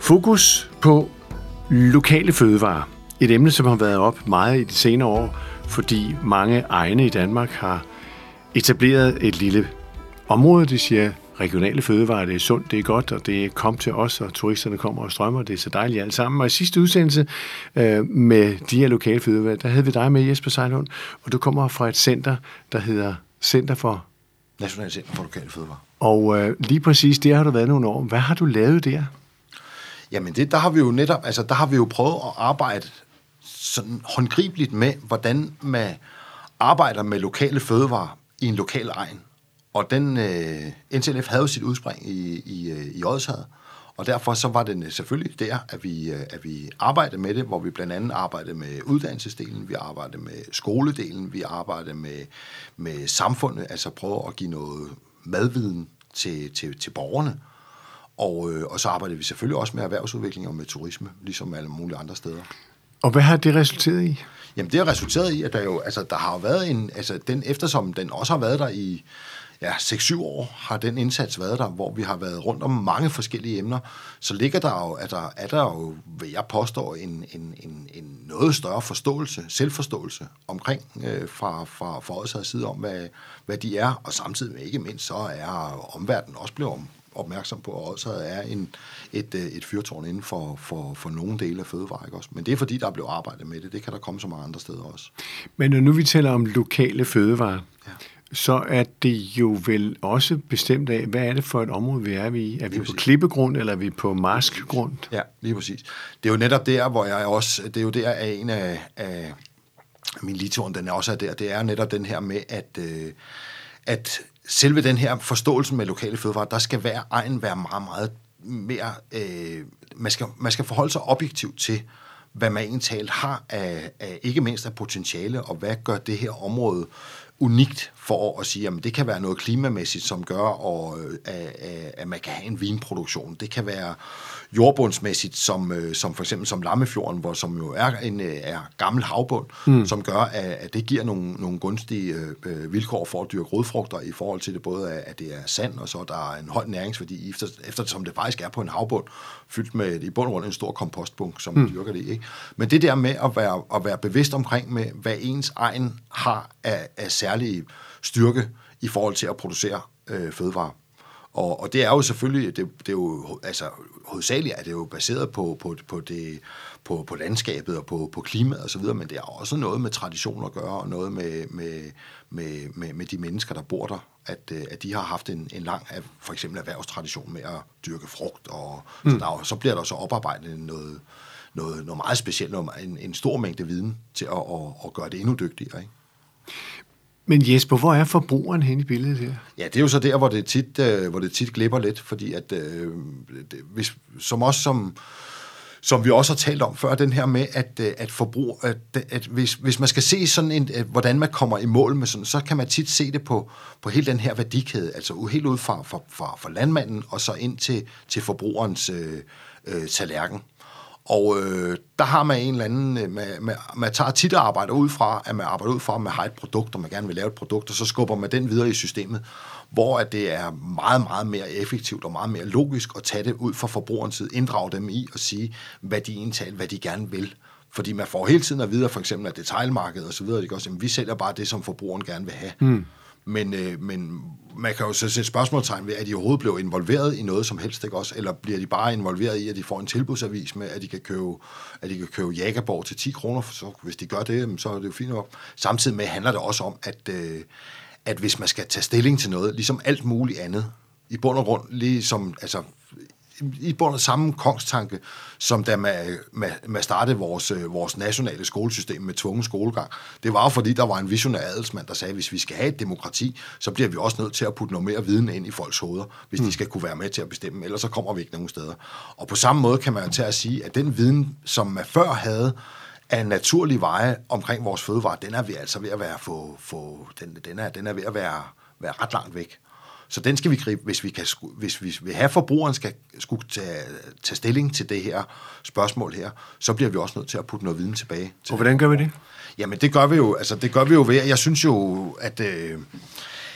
Fokus på lokale fødevarer. Et emne, som har været op meget i de senere år, fordi mange egne i Danmark har etableret et lille område. De siger, regionale fødevarer, det er sundt, det er godt, og det er kom til os, og turisterne kommer og strømmer, det er så dejligt alt sammen. Og i sidste udsendelse med de her lokale fødevarer, der havde vi dig med, Jesper Sejlund, og du kommer fra et center, der hedder Center for Nationalt Center for Lokale Fødevarer. Og lige præcis, der har du været nogle år. Hvad har du lavet der? Jamen der har vi jo netop, der har vi jo prøvet at arbejde sådan håndgribeligt med, hvordan man arbejder med lokale fødevarer i en lokal egen. Og den NCLF havde jo sit udspring i Odsherred, og derfor så var det selvfølgelig der, at vi arbejdede med det, hvor vi blandt andet arbejdede med uddannelsesdelen, vi arbejdede med skoledelen, vi arbejdede med samfundet, altså prøve at give noget madviden til borgerne. Og så arbejdede vi selvfølgelig også med erhvervsudvikling og med turisme, ligesom alle mulige andre steder. Og hvad har det resulteret i? Jamen det har resulteret i, at der har jo været eftersom den også har været der i 6-7 år, har den indsats været der, hvor vi har været rundt om mange forskellige emner, så ligger der jo, er der jo, vil jeg påstå, en noget større selvforståelse omkring fra Odsherreds side om, hvad de er, og samtidig med ikke mindst, så er omverdenen også blevet opmærksom på, at Odsherred er et fyrtårn inden for nogle dele af fødevare, ikke også? Men det er fordi, der er blevet arbejdet med det. Det kan der komme så mange andre steder også. Men når nu vi taler om lokale fødevarer, så er det jo vel også bestemt af, hvad er det for et område, vi er i? Er vi på klippegrund, eller er vi på marskgrund? Ja, lige præcis. Det er jo netop der, hvor jeg også, det er jo der, at en af min litteratur, den er også er der, det er netop den her med, at selve den her forståelse med lokale fødevarer, der skal hver egen være meget, meget mere, man skal forholde sig objektivt til, hvad man egentlig har af ikke mindst af potentiale, og hvad gør det her område unikt for at sige, at det kan være noget klimamæssigt, som gør, at man kan have en vinproduktion. Det kan være jordbundsmæssigt, som for eksempel som Lammefjorden, som jo er gammel havbund, som gør, at det giver nogle gunstige vilkår for at dyrke rodfrugter i forhold til det, både at det er sand, og så der er en høj næringsværdi, eftersom det faktisk er på en havbund, fyldt med i bund og grund en stor kompostbunk, som man dyrker det i. Ikke? Men det der med at være bevidst omkring, med hvad ens egen har af særlige styrke i forhold til at producere fødevarer. Og det er jo selvfølgelig, det er jo, hovedsageligt er det jo baseret på landskabet og på klimaet og så videre, men det er også noget med tradition at gøre, og noget med de mennesker, der bor der, at de har haft en lang, for eksempel erhvervstradition med at dyrke frugt, og så bliver der så oparbejdet noget meget specielt, en stor mængde viden til at gøre det endnu dygtigere, ikke? Men Jesper, hvor er forbrugeren hen i billedet her? Ja, det er jo så der, hvor det tit glipper lidt, fordi at som vi også har talt om før, den her med, at hvis man skal se sådan hvordan man kommer i mål med sådan, så kan man tit se det på hele den her værdikæde, altså helt ud fra landmanden og så ind til forbrugerens tallerken. Og der har man en eller anden, man tager tit og arbejder ud fra, at man har et produkt, og man gerne vil lave et produkt, og så skubber man den videre i systemet, hvor at det er meget, meget mere effektivt og meget mere logisk at tage det ud fra forbrugerens side, inddrage dem i og sige, hvad de gerne vil. Fordi man får hele tiden at vide, for eksempel at detailmarkedet og så videre, ikke også, jamen, vi sælger bare det, som forbrugeren gerne vil have. Men man kan jo så sætte spørgsmålstegn ved, at de overhovedet blev involveret i noget som helst, ikke også? Eller bliver de bare involveret i, at de får en tilbudsavis med, at de kan købe Jægerborg til 10 kroner, så hvis de gør det, så er det jo fint nok. Samtidig med handler det også om, at hvis man skal tage stilling til noget, ligesom alt muligt andet, i bund og grund, i bund og samme kongstanke, som da man startede vores nationale skolesystem med tvungen skolegang. Det var jo fordi, der var en visionær adelsmand, der sagde, at hvis vi skal have et demokrati, så bliver vi også nødt til at putte noget mere viden ind i folks hoveder, hvis de skal kunne være med til at bestemme, ellers så kommer vi ikke nogen steder. Og på samme måde kan man jo til at sige, at den viden, som man før havde af naturlige veje omkring vores fødevarer, den er vi altså ved at være den er ved at være ret langt væk. Så den skal vi gribe, hvis vi vil have forbrugeren skulle tage stilling til det her spørgsmål her, så bliver vi også nødt til at putte noget viden tilbage. Og hvordan gør vi det? Jamen det gør vi jo ved, jeg synes jo, at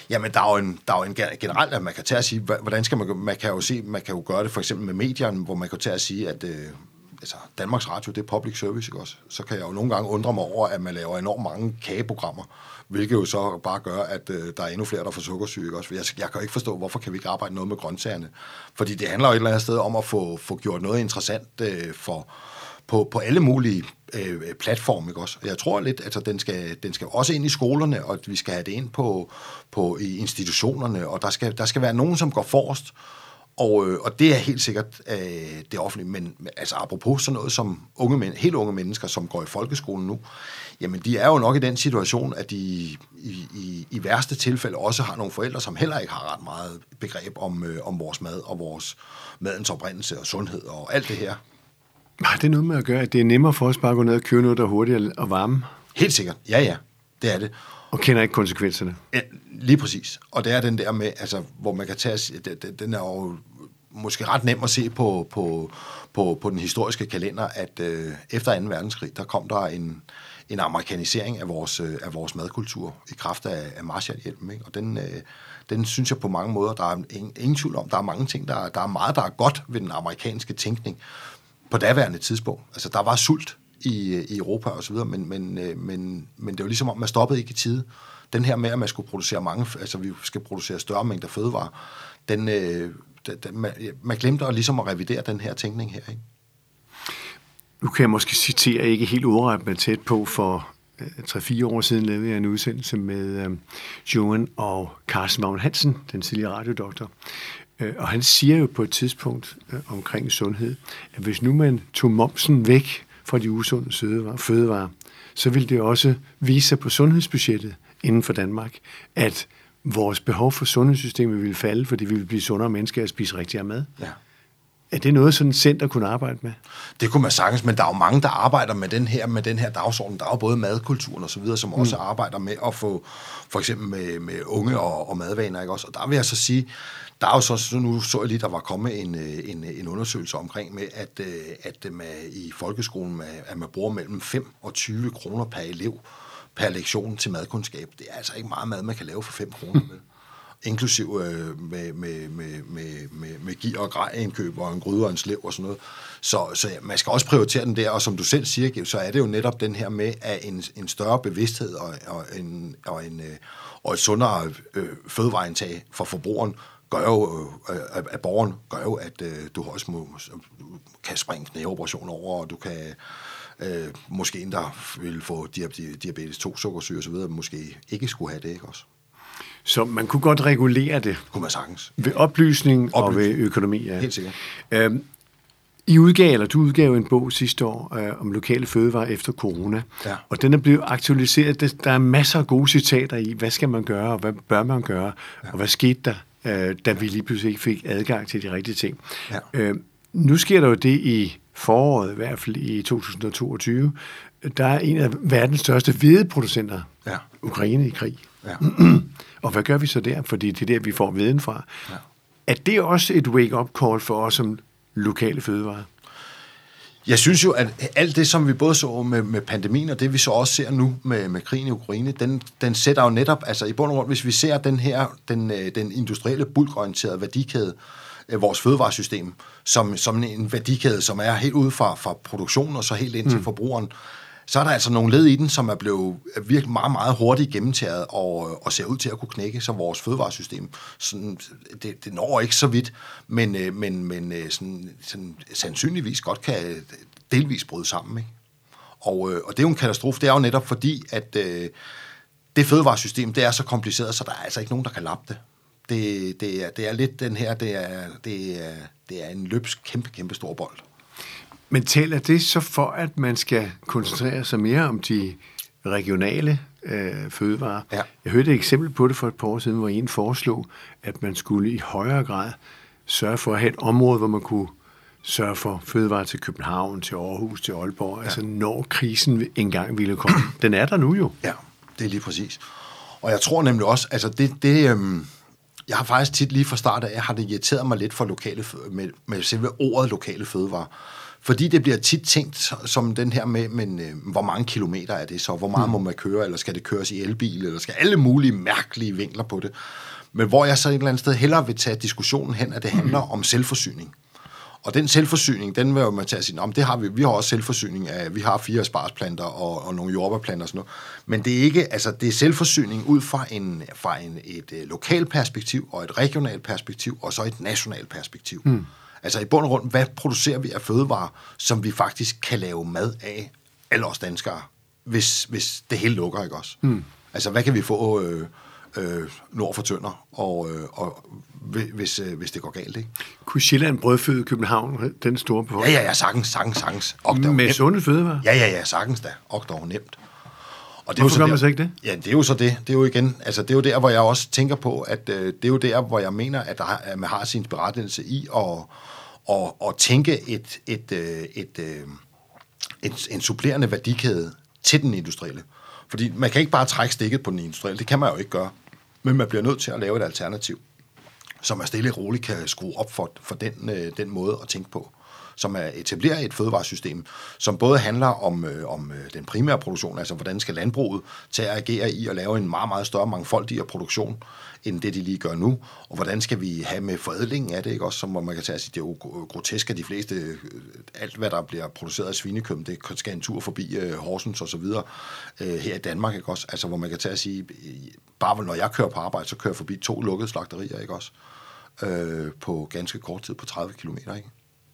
Jamen, der er jo en generelt, at man kan tage at sige, hvordan skal man kan jo gøre det for eksempel med medierne, hvor man kan tage at sige, at Danmarks Radio, det er public service, ikke også? Så kan jeg jo nogle gange undre mig over, at man laver enormt mange kageprogrammer, hvilket jo så bare gør, at der er endnu flere, der får sukkersyge, ikke også? Jeg kan jo ikke forstå, hvorfor kan vi ikke arbejde noget med grøntsagerne? Fordi det handler jo et eller andet sted om at få gjort noget interessant på alle mulige platforme, ikke også? Jeg tror lidt, altså den skal også ind i skolerne, og vi skal have det ind i institutionerne, og der skal være nogen, som går forrest, og det er helt sikkert det offentlige, men altså apropos sådan noget som helt unge mennesker, som går i folkeskolen nu, jamen de er jo nok i den situation, at de i værste tilfælde også har nogle forældre, som heller ikke har ret meget begreb om vores mad og vores madens oprindelse og sundhed og alt det her. Har det noget med at gøre, at det er nemmere for os bare at gå ned og købe noget, der er hurtigt og varme? Helt sikkert, ja, det er det. Og kender ikke konsekvenserne? Ja, lige præcis. Og det er den der med, altså, hvor man kan tage, den er jo måske ret nem at se på den historiske kalender, at efter 2. verdenskrig, der kom der en amerikanisering af vores madkultur i kraft af Marshallhjælpen, ikke? Og den synes jeg på mange måder, der er ingen tvivl om, der er mange ting, der er meget, der er godt ved den amerikanske tænkning på daværende tidspunkt. Altså, der var sult i Europa og så videre, men det var ligesom om, man stoppede ikke i tide. Den her med, at man skulle producere vi skal producere større mængder fødevarer, man glemte at ligesom at revidere den her tænkning her, ikke? Nu kan jeg måske citere ikke helt ordret, men tæt på for 3-4 år siden lavede jeg en udsendelse med Johan og Carsten Magn Hansen, den tidligere radiodoktor. Og han siger jo på et tidspunkt omkring sundhed, at hvis nu man tog momsen væk fra de usunde fødevarer, så ville det også vise sig på sundhedsbudgettet inden for Danmark, at vores behov for sundhedssystemet ville falde, fordi vi ville blive sundere mennesker at spise rigtigere mad. Ja. Er det noget, sådan et center kunne arbejde med? Det kunne man sagtens, men der er jo mange, der arbejder med den her dagsorden. Der er jo både madkulturen og så videre, som også arbejder med at få, for eksempel med unge og madvaner, ikke også? Og der vil jeg så sige, der er jo så nu så jeg lige, der var kommet en undersøgelse omkring med, at man i folkeskolen, at man bruger mellem 5 og 20 kroner per elev per lektion til madkundskab. Det er altså ikke meget mad, man kan lave for 5 kroner med. Inklusiv med gear og grej-indkøb og en gryde og en slev og sådan noget. Så man skal også prioritere den der, og som du selv siger, så er det jo netop den her med, at en større bevidsthed og et sundere fødevareindtag for forbrugeren gør jo, at borgeren gør jo, at du også kan springe knæoperationer over, og du kan måske en, der vil få diabetes 2, sukkersyge og så videre, måske ikke skulle have det, ikke også? Så man kunne godt regulere det. Kunne man sagtens. Ved oplysning og ved økonomi. Ja. Helt sikkert. Du udgav en bog sidste år om lokale fødevarer efter corona, og den er blevet aktualiseret. Der er masser af gode citater i, hvad skal man gøre, og hvad bør man gøre, og hvad skete der, da vi lige pludselig ikke fik adgang til de rigtige ting. Ja. Nu sker der jo det i foråret, i hvert fald i 2022. Der er en af verdens største hvedeproducenter, Ukraine i krig. Ja. Og hvad gør vi så der? Fordi det er der, vi får viden fra. Ja. Er det også et wake-up call for os som lokale fødevarer? Jeg synes jo, at alt det, som vi både så med pandemien, og det vi så også ser nu med krigen i Ukraine, den sætter jo netop, altså i bund og grund, hvis vi ser den industrielle bulkorienterede værdikæde, vores fødevaresystem, som en værdikæde, som er helt ude fra produktionen og så helt ind til forbrugeren, så er der altså nogle led i den, som er blevet virkelig meget, meget hurtigt gennemtaget og ser ud til at kunne knække, som vores fødevaresystem. Sådan, det når ikke så vidt, men sådan sandsynligvis godt kan delvis bryde sammen, ikke? Og det er jo en katastrofe. Det er jo netop fordi, at det fødevaresystem, det er så kompliceret, så der er altså ikke nogen, der kan lappe det. Det er lidt den her, det er en løbsk kæmpe stor bold. Men taler det så for, at man skal koncentrere sig mere om de regionale fødevarer? Ja. Jeg hørte et eksempel på det for et par år siden, hvor en foreslog, at man skulle i højere grad sørge for at have et område, hvor man kunne sørge for fødevarer til København, til Aarhus, til Aalborg, altså når krisen engang ville komme. Den er der nu jo. Ja, det er lige præcis. Og jeg tror nemlig også, altså jeg har faktisk tit lige fra start af, har det irriteret mig lidt for lokale med selve ordet lokale fødevarer. Fordi det bliver tit tænkt som den her med, men hvor mange kilometer er det så? Hvor meget må man køre? Eller skal det køres i elbil? Eller skal alle mulige mærkelige vinkler på det? Men hvor jeg så et eller andet sted hellere vil tage diskussionen hen, at det handler om selvforsyning. Og den selvforsyning, den vil jo man tage at sige, det har vi. Vi har også selvforsyning af, vi har 4 aspargesplanter og nogle jordbærplanter og sådan noget. Men det er ikke, altså det er selvforsyning ud fra et lokalt perspektiv og et regionalt perspektiv og så et nationalt perspektiv. Altså i bund og grund, hvad producerer vi af fødevarer, som vi faktisk kan lave mad af alle os danskere, hvis det hele lukker, ikke også? Altså hvad kan vi få nord for Tønder, og hvis det går galt, ikke? Kunne Sjælland brødføde København, den store befolkning? Ja, sagtens. Med sunde fødevarer? Ja, sagtens da. Og dog nemt. Og det hvorfor gør man så ikke det? Ja, det er jo så det. Det er jo igen, altså det er jo der, hvor jeg også tænker på, at det er jo der, hvor jeg mener, at man har sin berettigelse i at tænke en supplerende værdikæde til den industrielle. Fordi man kan ikke bare trække stikket på den industrielle. Det kan man jo ikke gøre. Men man bliver nødt til at lave et alternativ, som man stille og roligt kan skrue op for den måde at tænke på. Som er etablere et fødevaresystem, som både handler om den primære produktion, altså hvordan skal landbruget til at agere i at lave en meget, meget større mangfoldigere produktion, end det de lige gør nu, og hvordan skal vi have med forædlingen af det, ikke også, som man kan tage at sige, det er jo grotesk, at de fleste, alt hvad der bliver produceret af svinekød, det skal en tur forbi Horsens og så videre her i Danmark, ikke også, altså hvor man kan tage at sige, bare når jeg kører på arbejde, så kører jeg forbi 2 lukkede slagterier, ikke også, på ganske kort tid, på 30 kilometer, ikke?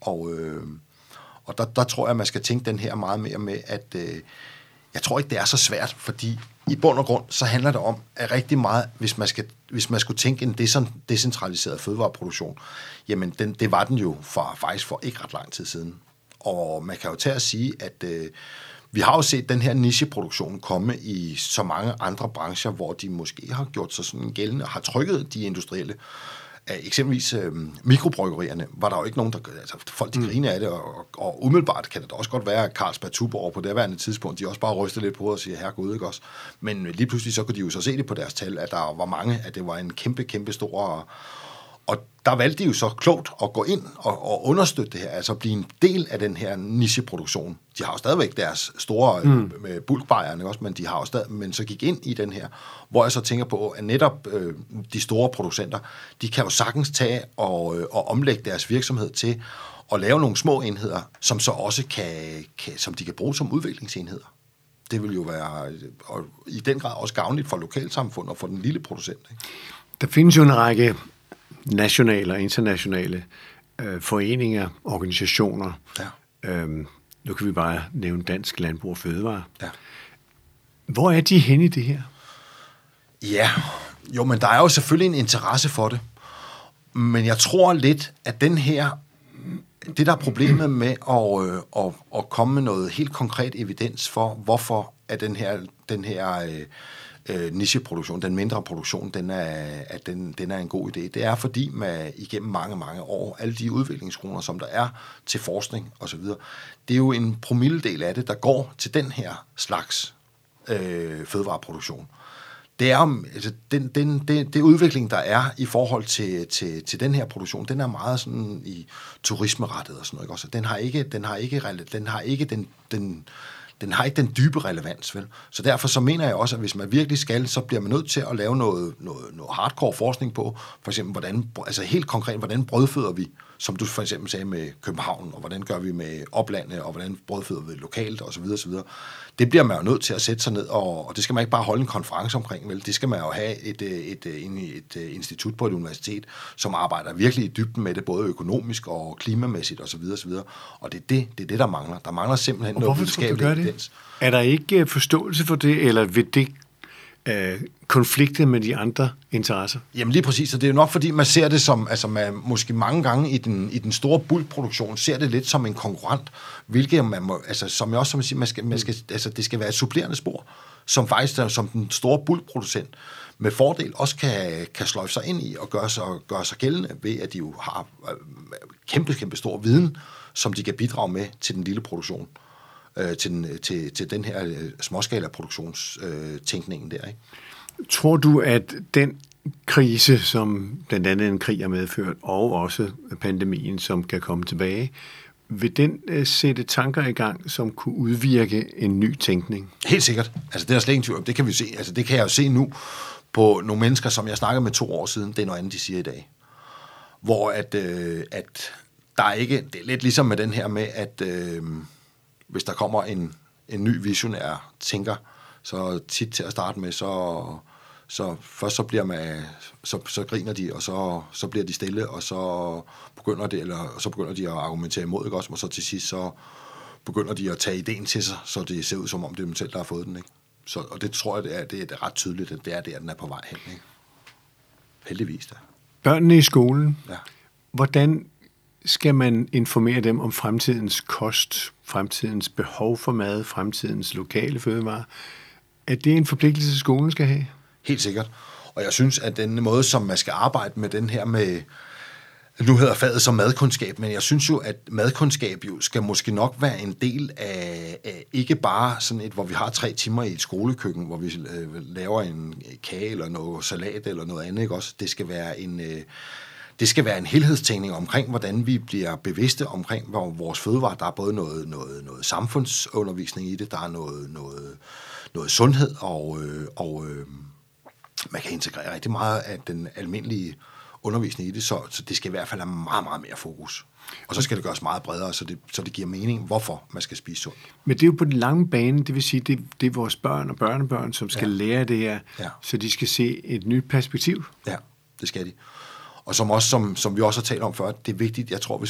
Og der tror jeg, man skal tænke den her meget mere med, at jeg tror ikke, det er så svært, fordi i bund og grund, så handler det om, at rigtig meget, hvis man skulle tænke en decentraliseret fødevareproduktion, jamen det var den jo faktisk for ikke ret lang tid siden. Og man kan jo tage at sige, at vi har jo set den her nicheproduktion komme i så mange andre brancher, hvor de måske har gjort sig sådan gældende og har trykket de industrielle. Eksempelvis mikrobryggerierne var der jo ikke nogen, der... Altså, folk de griner af det, og umiddelbart kan det også godt være, at Carlsberg Tuborg på det værende tidspunkt, de også bare ryster lidt på og siger, herregud, ikke også? Men lige pludselig så kunne de jo så se det på deres tal, at der var mange, at det var en kæmpe stor... Og der valgte de jo så klogt at gå ind og understøtte det her, altså blive en del af den her nicheproduktion. De har jo stadigvæk deres store bulkbajerne også, men de har jo stadig, men så gik ind i den her, hvor jeg så tænker på, at netop de store producenter, de kan jo sagtens tage og omlægge deres virksomhed til at lave nogle små enheder, som så også som de kan bruge som udviklingsenheder. Det vil jo være og i den grad også gavnligt for lokalsamfundet og for den lille producent, ikke? Der findes jo en række nationale og internationale foreninger, organisationer. Ja. Nu kan vi bare nævne Dansk Landbrug og Fødevare. Ja. Hvor er de henne i det her? Ja, jo, men der er jo selvfølgelig en interesse for det. Men jeg tror lidt, at det der er problemet med at komme med noget helt konkret evidens for, hvorfor er den her nicheproduktion, den mindre produktion, den er en god idé. Det er fordi man igennem mange år, alle de udviklingskroner, som der er til forskning osv., det er jo en promilledel af det, der går til den her slags fødevareproduktion. Det er altså, det udvikling, der er i forhold til den her produktion, den er meget sådan i turismerettet og sådan noget, ikke også? Den har ikke den dybe relevans, vel? Så derfor så mener jeg også, at hvis man virkelig skal, så bliver man nødt til at lave noget hardcore forskning på, for eksempel helt konkret, hvordan brødføder vi, som du for eksempel sagde med København, og hvordan gør vi med oplandet, og hvordan brødføder vi lokalt, og så videre, så videre. Det bliver man jo nødt til at sætte sig ned, og det skal man ikke bare holde en konference omkring, vel? Det skal man jo have et institut på et universitet, som arbejder virkelig i dybden med det, både økonomisk og klimamæssigt, og så videre, så videre. Og det er det, der mangler. Der mangler simpelthen noget videnskabeligt evidens. Er der ikke forståelse for det, eller vil det konflikte med de andre interesser? Jamen lige præcis, og det er jo nok fordi, man ser det som, altså man måske mange gange i den store bulkproduktion, ser det lidt som en konkurrent, hvilket man må, altså som jeg også som siger, altså det skal være et supplerende spor, som faktisk som den store bulkproducent med fordel også kan sløjfe sig ind i og gøre sig gældende ved, at de jo har kæmpe stor viden, som de kan bidrage med til den lille produktion. Til den her småskala produktionstænkningen der, ikke? Tror du, at den krise, som blandt andet en krig har medført, og også pandemien, som kan komme tilbage, Vil den sætte tanker i gang, som kunne udvirke en ny tænkning? Helt sikkert. Altså, det er slet ingen tvivl om. Det kan vi se. Altså, det kan jeg jo se nu på nogle mennesker, som jeg snakkede med 2 år siden. Det er noget andet, de siger i dag. Hvor at der er ikke... Det er lidt ligesom med den her med, at hvis der kommer en ny visionær tænker, så tit til at starte med, så først så bliver man, så griner de, og så bliver de stille, og så begynder de at argumentere imod, ikke også? Og så til sidst, så begynder de at tage ideen til sig, så det ser ud som om det er dem selv, der har fået den, ikke? Så, og det tror jeg, det er ret tydeligt, at det er der, den er på vej hen, ikke? Heldigvis da. Børnene i skolen, ja. Hvordan skal man informere dem om fremtidens kost, fremtidens behov for mad, fremtidens lokale fødevarer? Er det en forpligtelse, skolen skal have? Helt sikkert. Og jeg synes, at den måde, som man skal arbejde med den her med, nu hedder faget som madkundskab, men jeg synes jo, at madkundskab jo skal måske nok være en del af ikke bare sådan et, hvor vi har 3 timer i et skolekøkken, hvor vi laver en kage eller noget salat eller noget andet, ikke også? Det skal være en helhedstænkning omkring, hvordan vi bliver bevidste omkring vores fødevarer. Der er både noget samfundsundervisning i det, der er noget sundhed, og man kan integrere rigtig meget af den almindelige undervisning i det, så det skal i hvert fald have meget, meget mere fokus. Og så skal det gøres meget bredere, så det giver mening, hvorfor man skal spise sundt. Men det er jo på den lange bane, det vil sige, det er vores børn og børnebørn, som skal lære det her, så de skal se et nyt perspektiv. Ja, det skal de. Og som vi også har talt om før, det er vigtigt, jeg tror,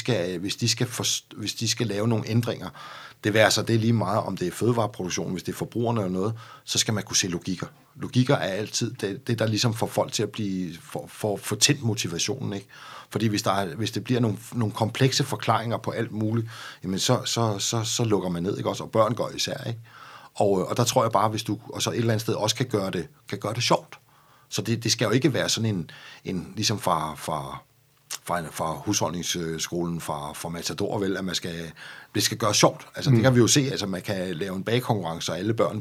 hvis de skal lave nogle ændringer, det er lige meget, om det er fødevareproduktion, hvis det er forbrugerne eller noget, så skal man kunne se logikker. Logikker er altid det der ligesom får folk til at blive, for tændt motivationen, ikke? Fordi hvis det bliver nogle komplekse forklaringer på alt muligt, jamen så lukker man ned, ikke også? Og børn går især, ikke? Og der tror jeg bare, hvis du og så et eller andet sted også kan gøre det sjovt. Så det skal jo ikke være sådan en ligesom fra husholdningsskolen, fra Matador, vel, at det skal gøres sjovt. Altså, det kan vi jo se, altså man kan lave en bagekonkurrence, og alle børn,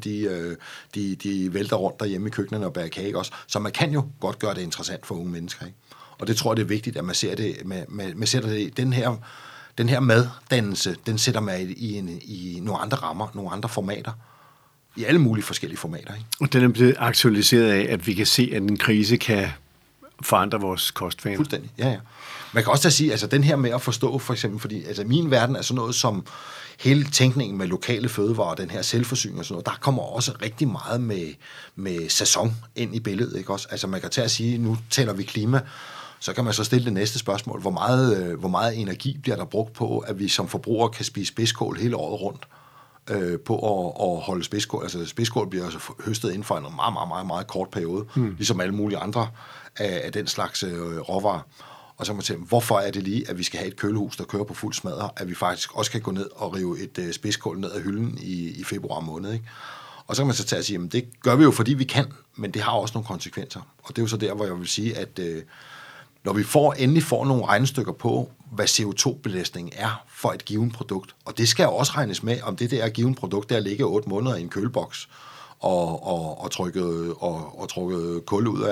de vælter rundt derhjemme i køkkenerne og bager kage også. Så man kan jo godt gøre det interessant for unge mennesker, ikke? Og det tror jeg, det er vigtigt, at man ser det, man sætter det i den her maddannelse, den sætter man i nogle andre rammer, nogle andre formater. I alle mulige forskellige formater, ikke? Og den er blevet aktualiseret af, at vi kan se, at en krise kan forandre vores kostvaner. Fuldstændig, ja. Man kan også da sige, altså den her med at forstå, for eksempel, fordi altså min verden er sådan noget som hele tænkningen med lokale fødevarer, den her selvforsyning og sådan noget, der kommer også rigtig meget med sæson ind i billedet, ikke også? Altså man kan tage at sige, nu taler vi klima, så kan man så stille det næste spørgsmål, hvor meget energi bliver der brugt på, at vi som forbrugere kan spise spidskål hele året rundt? På at holde spidskål. Altså spidskål bliver altså høstet inden for en meget, meget, meget, meget kort periode, ligesom alle mulige andre af den slags råvarer. Og så kan man tænke, hvorfor er det lige, at vi skal have et kølehus, der kører på fuld smadre, at vi faktisk også kan gå ned og rive et spidskål ned af hylden i februar måned, ikke? Og så kan man så tage og sige, jamen det gør vi jo, fordi vi kan, men det har også nogle konsekvenser. Og det er jo så der, hvor jeg vil sige, at når vi endelig får nogle regnestykker på, hvad CO2-belastningen er for et givet produkt, og det skal jo også regnes med, om det der givet produkt, der ligger 8 måneder i en køleboks og trukket kul ud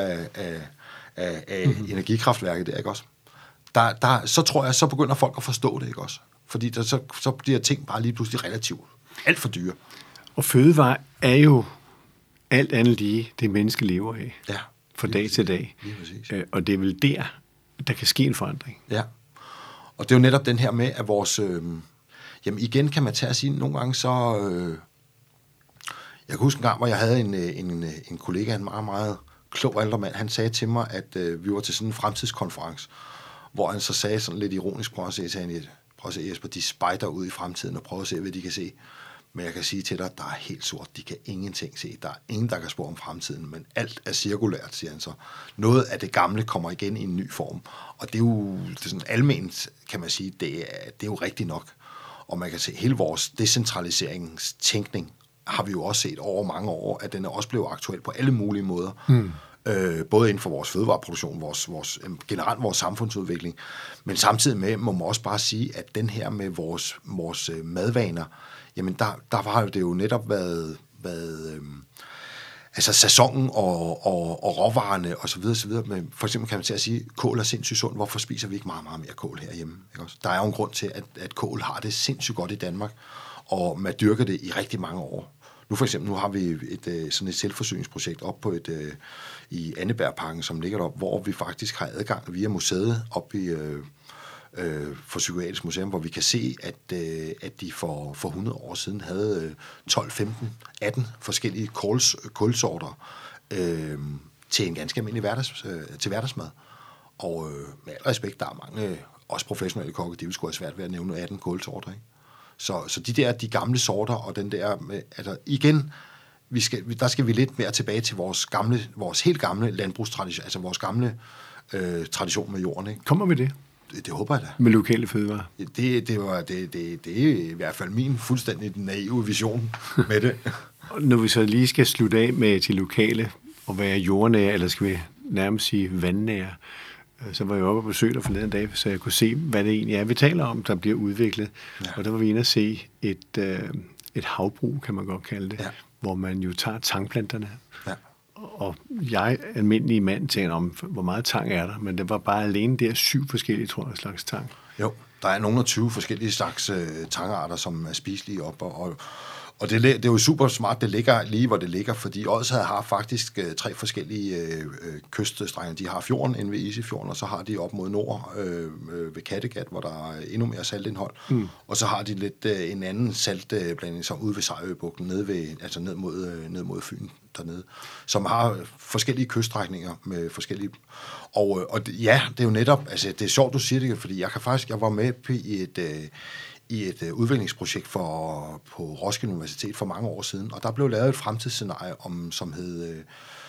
af energikraftværket der, ikke også? Så tror jeg, så begynder folk at forstå det, ikke også? Fordi så bliver ting bare lige pludselig relativt alt for dyre. Og fødevare er jo alt andet lige, det menneske lever af. Ja. Fra dag til dag. Og det er vel der kan ske en forandring. Ja. Og det er jo netop den her med, at vores... jamen igen kan man tage at sige, nogle gange så... jeg kan huske en gang, hvor jeg havde en kollega, en meget, meget klog ældre mand, han sagde til mig, at vi var til sådan en fremtidskonference, hvor han så sagde sådan lidt ironisk, prøv at se Jesper, de spejder ud i fremtiden og prøver at se, hvad de kan se. Men jeg kan sige til dig, der er helt sort. De kan ingenting se. Der er ingen, der kan spå om fremtiden, men alt er cirkulært, siger han så. Noget af det gamle kommer igen i en ny form. Og det er jo sådan alment, kan man sige, det er jo rigtigt nok. Og man kan se, hele vores decentraliseringstænkning har vi jo også set over mange år, at den er også blevet aktuel på alle mulige måder. Både inden for vores fødevareproduktion, generelt vores samfundsudvikling, men samtidig med, må man også bare sige, at den her med vores madvaner, jamen der har det jo netop været altså sæsonen og råvarerne og så videre. Men for eksempel kan man til at sige, at kål er sindssygt sundt. Hvorfor spiser vi ikke meget, meget mere kål herhjemme? Ikke også? Der er jo en grund til, at kål har det sindssygt godt i Danmark, og man dyrker det i rigtig mange år. Nu har vi sådan et selvforsyningsprojekt op på i Annebergparken, som ligger deroppe, hvor vi faktisk har adgang via museet op i for Psykiatrisk Museum, hvor vi kan se, at de for 100 år siden havde 12, 15, 18 forskellige kålsorter til en ganske almindelig hverdagsmad. Og med al respekt, der er mange, også professionelle kokke, de vil sgu have svært ved at nævne 18 kålsorter, ikke? Så de gamle sorter, og den der med, altså igen, der skal vi lidt mere tilbage til vores helt gamle landbrugstradition, altså vores gamle tradition med jorden, ikke? Kommer vi det? Det håber jeg da. Med lokale fødevarer? Det er i hvert fald min fuldstændig naive vision med det. Når vi så lige skal slutte af med de lokale, og være jordnære, eller skal vi nærmest sige vandnære, så var jeg oppe og besøgte dig forleden dag, så jeg kunne se, hvad det egentlig er, vi taler om, der bliver udviklet. Ja. Og der var vi inde at se et havbrug, kan man godt kalde det, ja. Hvor man jo tager tangplanterne. Ja. Og jeg, almindelig mand, tænker om, hvor meget tang er der, men det var bare alene der 7 forskellige, tror jeg, slags tang. Jo, der er nogle af 20 forskellige slags tangarter, som er spiselige op, og det er jo super smart, det ligger lige, hvor det ligger, fordi Odsherred har faktisk 3 forskellige kyststrenge. De har fjorden inde ved Isefjorden, og så har de op mod nord ved Kattegat, hvor der er endnu mere saltindhold. Og så har de lidt en anden saltblanding, som ude ved Sejrøbugten, ned mod Fyn dernede, som har forskellige kyststrækninger med forskellige... Og ja, det er jo netop... Altså, det er sjovt, du siger det, fordi jeg var med i et udviklingsprojekt på Roskilde Universitet for mange år siden, og der blev lavet et fremtidsscenarie, som hed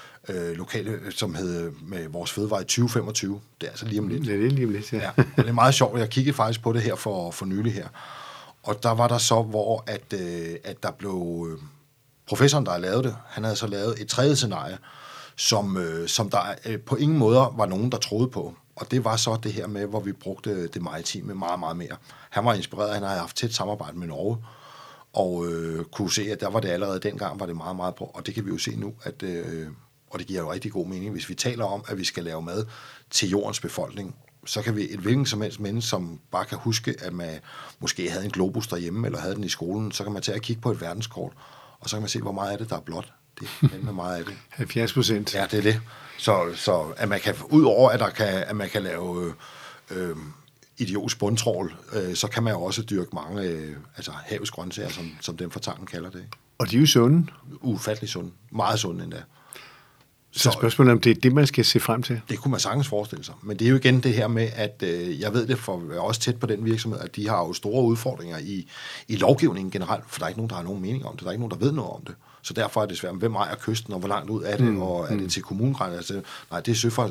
med vores fødevare i 2025. Det er altså lige om lidt. Det er lige om lidt, ja. Det er meget sjovt. Jeg kiggede faktisk på det her for nylig her. Og der var der så, hvor at der blev... professoren, der har lavet det, han havde så lavet et tredje scenarie, som der på ingen måder var nogen, der troede på. Og det var så det her med, hvor vi brugte det maritime meget, meget mere. Han var inspireret, han havde haft tæt samarbejde med Norge, og kunne se, at der var det allerede dengang, var det meget, meget bra. Og det kan vi jo se nu, og det giver jo rigtig god mening. Hvis vi taler om, at vi skal lave mad til jordens befolkning, så kan vi et hvilken som helst menneske, som bare kan huske, at man måske havde en globus derhjemme, eller havde den i skolen, så kan man tage og kigge på et verdenskort, og så kan man se, hvor meget af det, der er blåt. Det er meget af det. 70%. Ja, det er det. Så at man kan, udover at man kan lave idiotisk bundtrål, så kan man jo også dyrke mange havets grøntsager, som den fra tangen kalder det. Og de er jo sunde. Ufattelig sunde. Meget sunde endda. Så spørgsmålet om det er det, man skal se frem til? Det kunne man sagtens forestille sig. Men det er jo igen det her med, at jeg ved det, for jeg er også tæt på den virksomhed, at de har jo store udfordringer i lovgivningen generelt, for der er ikke nogen, der har nogen mening om det. Der er ikke nogen, der ved noget om det. Så derfor er det svært, hvem ejer kysten, og hvor langt ud er det, og er det til kommunen? Altså, nej, det er søfart.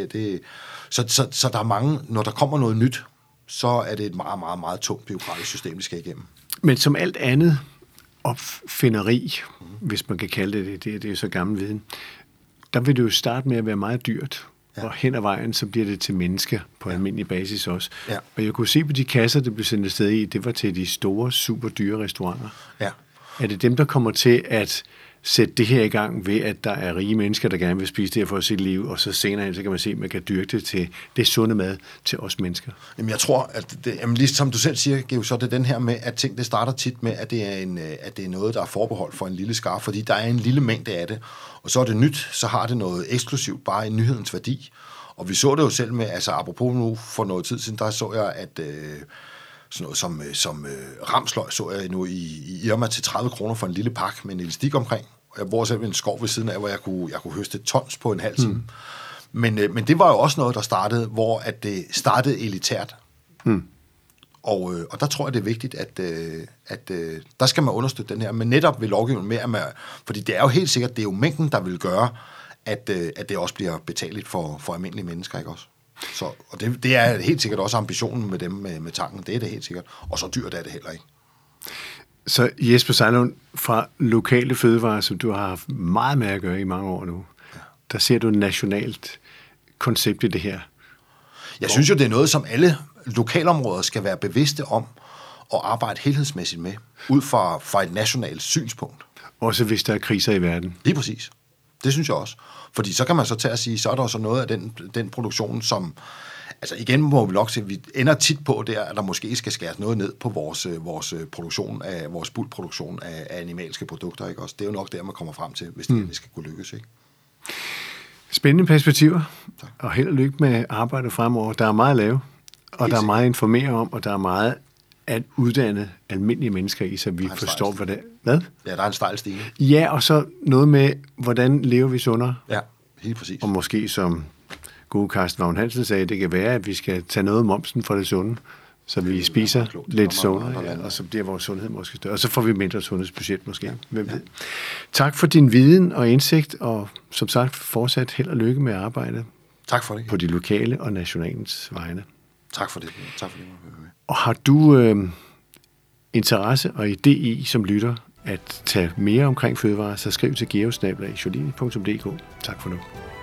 Så der er mange, når der kommer noget nyt, så er det et meget, meget, meget tungt bureaukratisk system, vi skal igennem. Men som alt andet opfinderi, hvis man kan kalde det er jo så gammel viden, der vil det jo starte med at være meget dyrt, ja. Og hen ad vejen, så bliver det til mennesker på almindelig basis også. Ja. Og jeg kunne se på de kasser, det blev sendt afsted i, det var til de store, super dyre restauranter. Ja. Er det dem, der kommer til at sætte det her i gang ved, at der er rige mennesker, der gerne vil spise det her for sit liv, og så senere hen, så kan man se, at man kan dyrke det til det sunde mad til os mennesker? Jamen jeg tror, at lige som du selv siger, Geo, så er det den her med, at ting, det starter tit med, at det er noget, der er forbeholdt for en lille skare, fordi der er en lille mængde af det, og så er det nyt, så har det noget eksklusivt, bare i nyhedens værdi. Og vi så det jo selv med, altså apropos nu for noget tid siden, der så jeg, at sådan noget som ramsløg så jeg nu i Irma til 30 kroner for en lille pakke med en elastik omkring. Jeg bor selv ved en skov ved siden af, hvor jeg kunne høste tons på en halv time. Men det var jo også noget, der startede, hvor at det startede elitært. Og der tror jeg, det er vigtigt, at der skal man understøtte den her, men netop ved lovgivningen med, fordi det er jo helt sikkert, det er jo mængden, der vil gøre, at det også bliver betalt for almindelige mennesker, ikke også? Så, og det er helt sikkert også ambitionen med dem med tanken, det er det helt sikkert, og så dyrt er det heller ikke. Så Jesper Sejlund, fra lokale fødevarer, som du har haft meget med at gøre i mange år nu, der ser du et nationalt koncept i det her? Jeg synes jo, det er noget, som alle lokalområder skal være bevidste om og arbejde helhedsmæssigt med, ud fra et nationalt synspunkt. Også hvis der er kriser i verden? Lige præcis. Det synes jeg også. Fordi så kan man så tage at sige, så er der også noget af den produktion, som... Altså igen må vi nok se, vi ender tit på der, at der måske skal skæres noget ned på vores produktion af vores bulkproduktion af animalske produkter, ikke også? Det er jo nok der, man kommer frem til, hvis det skal kunne lykkes, ikke? Spændende perspektiver, og held og lykke med arbejdet fremover. Der er meget at lave, og der er meget at informere om, og der er meget at uddanne almindelige mennesker i, så vi forstår, hvad det er. Hvad? Ja, der er en stejl stigning. Ja, og så noget med, hvordan lever vi sundere? Ja, helt præcis. Og måske, som gode Carsten Vagn Hansen sagde, det kan være, at vi skal tage noget af momsen fra det sunde, så vi spiser lidt sundere, og så bliver vores sundhed måske større. Og så får vi mindre sundhedsbudget måske. Hvem ved. Tak for din viden og indsigt, og som sagt, fortsat held og lykke med at arbejde. Tak for det. På de lokale og nationalens vegne. Tak for det. Tak for det. Og har du interesse og idé i, som lytter, at tage mere omkring fødevarer, så skriv til geosnabel@jolini.dk. Tak for nu.